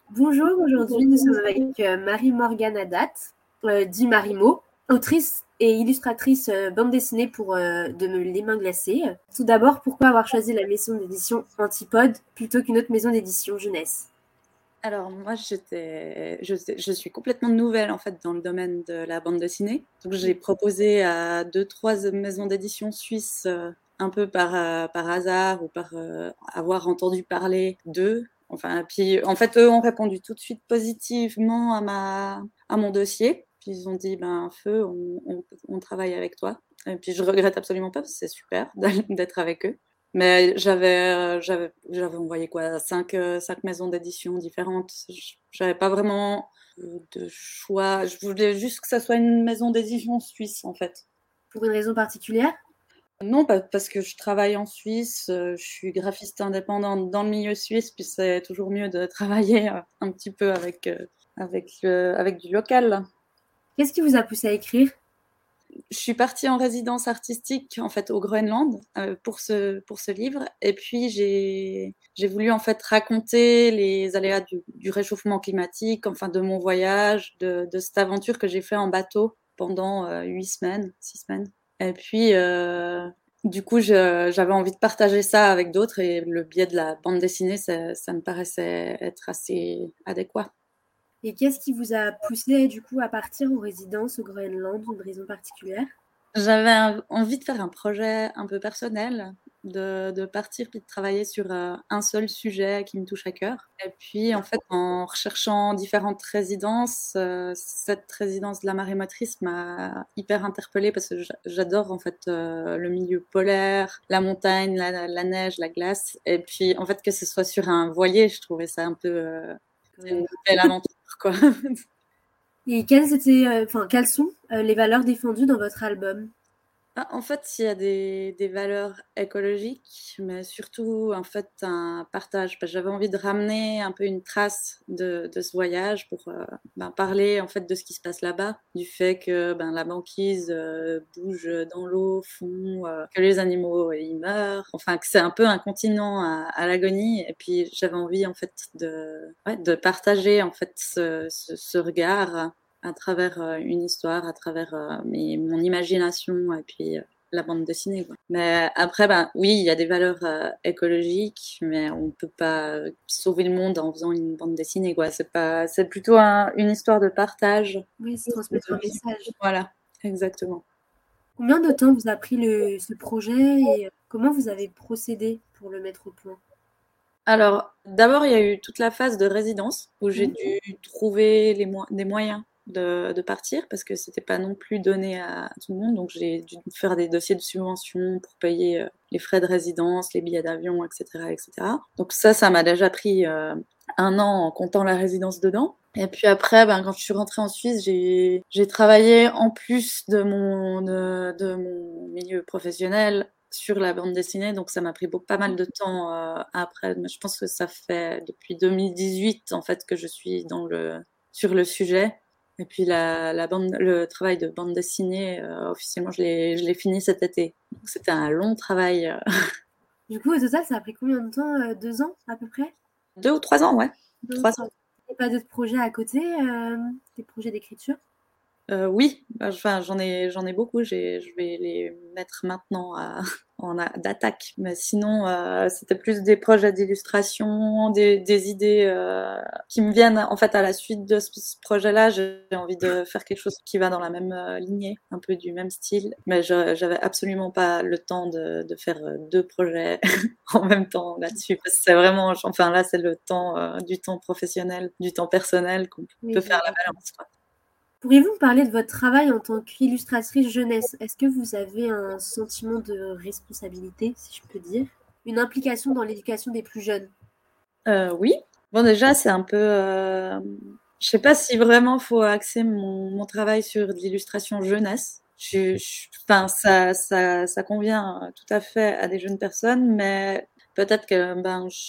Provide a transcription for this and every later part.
Bonjour, aujourd'hui nous sommes avec Marie-Morgane Haddad, dit Marimo, autrice et illustratrice bande dessinée pour Les Mains Glacées. Tout d'abord, pourquoi avoir choisi la maison d'édition Antipode plutôt qu'une autre maison d'édition jeunesse? Alors moi, je suis complètement nouvelle en fait dans le domaine de la bande dessinée. Donc j'ai proposé à deux, trois maisons d'édition suisses un peu par hasard ou par avoir entendu parler d'eux. Enfin, puis en fait, eux ont répondu tout de suite positivement à mon dossier. Puis ils ont dit, ben feu, on travaille avec toi. Et puis je regrette absolument pas parce que c'est super d'être avec eux. Mais j'avais envoyé quoi, cinq maisons d'édition différentes. J'avais pas vraiment de choix. Je voulais juste que ça soit une maison d'édition suisse, en fait. Pour une raison particulière? Non, pas parce que je travaille en Suisse, je suis graphiste indépendante dans le milieu suisse, puis c'est toujours mieux de travailler un petit peu avec du local. Qu'est-ce qui vous a poussé à écrire? Je suis partie en résidence artistique en fait au Groenland pour ce livre et puis j'ai voulu en fait raconter les aléas du réchauffement climatique, enfin de mon voyage, de cette aventure que j'ai fait en bateau pendant 8 semaines, 6 semaines. Et puis du coup j'avais envie de partager ça avec d'autres et le biais de la bande dessinée ça me paraissait être assez adéquat. Et qu'est-ce qui vous a poussé du coup à partir en résidence au Groenland, une raison particulière? J'avais envie de faire un projet un peu personnel, de partir puis de travailler sur un seul sujet qui me touche à cœur. Et puis, en fait, en recherchant différentes résidences, cette résidence de la marée motrice m'a hyper interpellée parce que j'adore en fait le milieu polaire, la montagne, la neige, la glace. Et puis, en fait, que ce soit sur un voilier, je trouvais ça un peu une belle aventure, quoi. Et quelles sont les valeurs défendues dans votre album? Ah, en fait, il y a des valeurs écologiques, mais surtout en fait un partage. Parce que j'avais envie de ramener un peu une trace de ce voyage pour parler en fait de ce qui se passe là-bas, du fait que la banquise bouge dans l'eau, fond, que les animaux y meurent, enfin que c'est un peu un continent à l'agonie. Et puis j'avais envie en fait de partager en fait ce regard à travers une histoire, à travers mon imagination et puis la bande dessinée, quoi. Mais après, oui, il y a des valeurs écologiques, mais on peut pas sauver le monde en faisant une bande dessinée, quoi. C'est plutôt une histoire de partage. Oui, c'est transmettre un message. Voilà, exactement. Combien de temps vous a pris ce projet et comment vous avez procédé pour le mettre au point? Alors, d'abord, il y a eu toute la phase de résidence où j'ai Mmh. dû trouver des moyens de partir parce que c'était pas non plus donné à tout le monde. Donc, j'ai dû faire des dossiers de subvention pour payer les frais de résidence, les billets d'avion, etc., etc. Donc ça m'a déjà pris un an en comptant la résidence dedans. Et puis après, quand je suis rentrée en Suisse, j'ai travaillé en plus de mon milieu professionnel sur la bande dessinée, donc ça m'a pris pas mal de temps après. Mais je pense que ça fait depuis 2018 en fait que je suis sur le sujet. Et puis le travail de bande dessinée, officiellement, je l'ai fini cet été. Donc c'était un long travail, Du coup, au total, ça a pris combien de temps? 2 ans à peu près? 2 ou 3 ans, ouais, 2 ou 3 3 ans. ans. Et pas d'autres projets à côté, des projets d'écriture? Oui, enfin j'en ai beaucoup. Je vais les mettre maintenant d'attaque. Mais sinon, c'était plus des projets d'illustration, des idées qui me viennent en fait à la suite de ce projet-là. J'ai envie de faire quelque chose qui va dans la même lignée, un peu du même style. Mais j'avais absolument pas le temps de faire deux projets en même temps là-dessus. Parce que c'est vraiment, enfin là, c'est le temps du temps professionnel, du temps personnel qu'on Oui, peut je faire la vois. balance, quoi. Pourriez-vous me parler de votre travail en tant qu'illustratrice jeunesse? Est-ce que vous avez un sentiment de responsabilité, si je peux dire? Une implication dans l'éducation des plus jeunes? Oui. Bon, déjà, c'est un peu. Je sais pas si vraiment faut axer mon travail sur de l'illustration jeunesse. Enfin, ça convient tout à fait à des jeunes personnes, mais peut-être que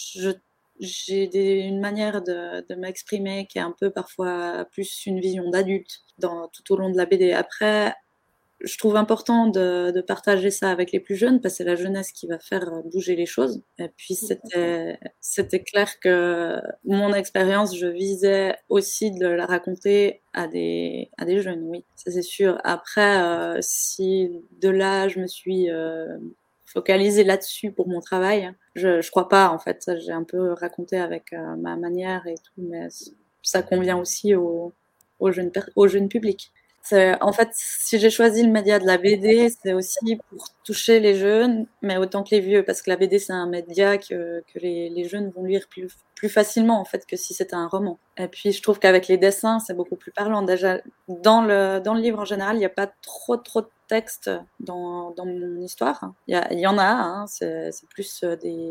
j'ai une manière de m'exprimer qui est un peu parfois plus une vision d'adulte tout au long de la BD. Après, je trouve important de partager ça avec les plus jeunes parce que c'est la jeunesse qui va faire bouger les choses. Et puis c'était clair que mon expérience, je visais aussi de la raconter à des jeunes, oui, ça c'est sûr. Après, si de là je me suis focalisée là-dessus pour mon travail, je crois pas en fait. J'ai un peu raconté avec ma manière et tout, mais ça convient aussi aux jeunes publics. En fait, si j'ai choisi le média de la BD, c'est aussi pour toucher les jeunes, mais autant que les vieux, parce que la BD, c'est un média que les jeunes vont lire plus facilement, en fait, que si c'était un roman. Et puis, je trouve qu'avec les dessins, c'est beaucoup plus parlant. Déjà, dans le livre, en général, il n'y a pas trop de texte dans mon histoire. Il y en a, hein, c'est plus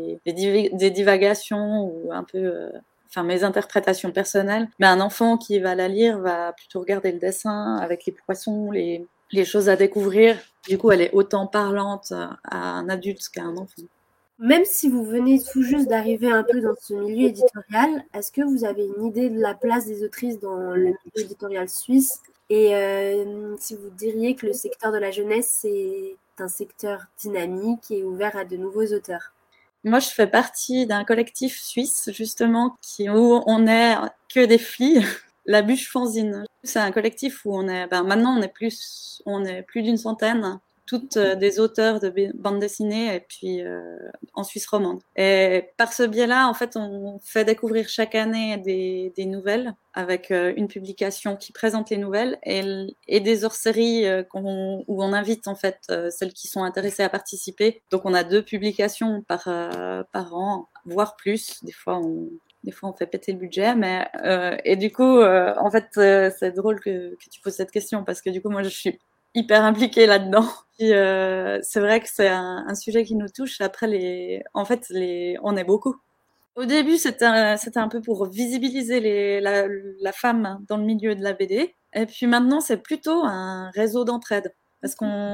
des divagations ou un peu... enfin mes interprétations personnelles, mais un enfant qui va la lire va plutôt regarder le dessin avec les poissons, les choses à découvrir. Du coup, elle est autant parlante à un adulte qu'à un enfant. Même si vous venez tout juste d'arriver un peu dans ce milieu éditorial, est-ce que vous avez une idée de la place des autrices dans le milieu éditorial suisse? Et si vous diriez que le secteur de la jeunesse est un secteur dynamique et ouvert à de nouveaux auteurs? Moi, je fais partie d'un collectif suisse, justement, où on est que des filles. La Bûche Fanzine. C'est un collectif où maintenant on est plus d'une centaine, toutes des auteurs de bande dessinée et puis en Suisse romande. Et par ce biais-là, en fait, on fait découvrir chaque année des nouvelles avec une publication qui présente les nouvelles et des hors-séries où on invite en fait celles qui sont intéressées à participer. Donc on a 2 publications par an, voire plus. Des fois on fait péter le budget, mais et du coup, en fait, c'est drôle que tu poses cette question parce que du coup, moi, je suis hyper impliquée là-dedans. Puis, c'est vrai que c'est un sujet qui nous touche. Après, on est beaucoup. Au début, c'était un peu pour visibiliser la femme dans le milieu de la BD. Et puis maintenant, c'est plutôt un réseau d'entraide parce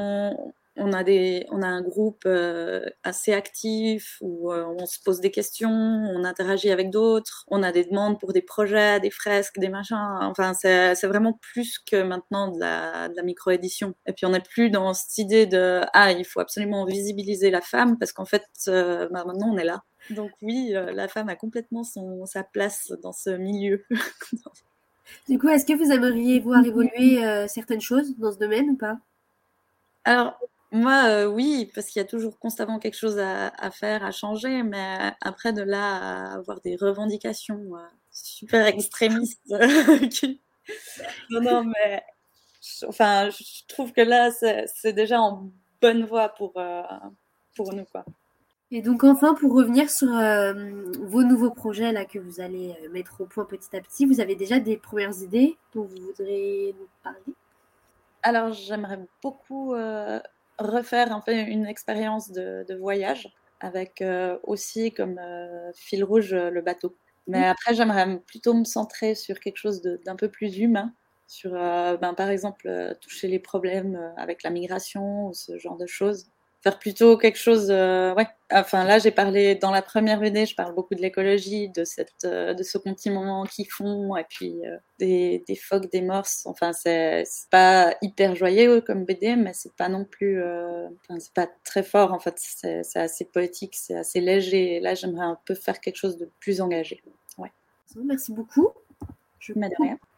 on a un groupe assez actif où on se pose des questions, on interagit avec d'autres, on a des demandes pour des projets, des fresques, des machins. Enfin, c'est vraiment plus que maintenant de la micro-édition. Et puis, on n'est plus dans cette idée il faut absolument visibiliser la femme parce qu'en fait, maintenant, on est là. Donc oui, la femme a complètement sa place dans ce milieu. Du coup, est-ce que vous aimeriez voir évoluer certaines choses dans ce domaine ou pas? Alors, moi, oui, parce qu'il y a toujours constamment quelque chose à faire, à changer, mais après, de là à avoir des revendications super extrémistes, non, mais je trouve que là, c'est déjà en bonne voie pour nous, quoi. Et donc enfin, pour revenir sur vos nouveaux projets là que vous allez mettre au point petit à petit, vous avez déjà des premières idées dont vous voudriez nous parler? Alors, j'aimerais beaucoup refaire un peu une expérience de voyage avec aussi comme fil rouge le bateau. Mais après, j'aimerais plutôt me centrer sur quelque chose d'un peu plus humain, sur par exemple toucher les problèmes avec la migration ou ce genre de choses. Faire plutôt quelque chose, ouais. Enfin là, j'ai parlé dans la première BD, je parle beaucoup de l'écologie, de ce continent qu'ils font, et puis des phoques, des morses. Enfin, c'est pas hyper joyeux comme BD, mais c'est pas non plus, c'est pas très fort en fait. C'est assez poétique, c'est assez léger. Et là, j'aimerais un peu faire quelque chose de plus engagé. Ouais. Merci beaucoup. Mais de rien.